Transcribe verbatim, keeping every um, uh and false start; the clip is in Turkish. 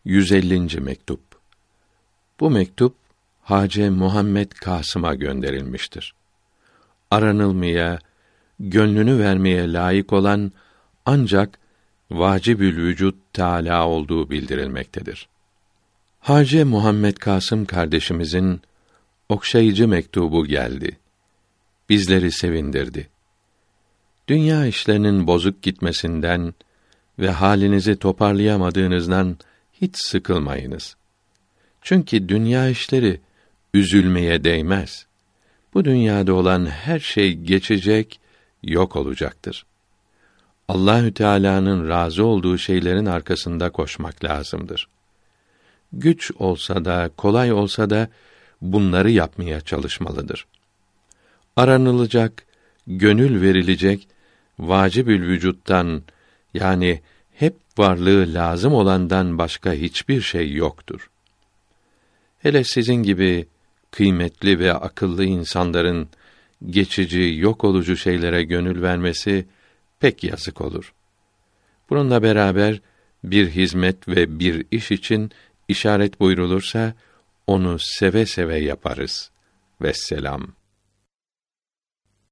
yüz ellinci mektup. Bu mektup Hacı Muhammed Kasım'a gönderilmiştir. Aranılmaya, gönlünü vermeye layık olan ancak Vacibül Vücud Teâlâ olduğu bildirilmektedir. Hacı Muhammed Kasım kardeşimizin okşayıcı mektubu geldi. Bizleri sevindirdi. Dünya işlerinin bozuk gitmesinden ve halinizi toparlayamadığınızdan hiç sıkılmayınız. Çünkü dünya işleri üzülmeye değmez. Bu dünyada olan her şey geçecek, yok olacaktır. Allahü Teala'nın razı olduğu şeylerin arkasında koşmak lazımdır. Güç olsa da, kolay olsa da bunları yapmaya çalışmalıdır. Aranılacak, gönül verilecek vacibül vücuttan, yani hep varlığı lazım olandan başka hiçbir şey yoktur. Hele sizin gibi kıymetli ve akıllı insanların geçici, yok olucu şeylere gönül vermesi pek yazık olur. Bununla beraber bir hizmet ve bir iş için işaret buyrulursa onu seve seve yaparız. Vesselam.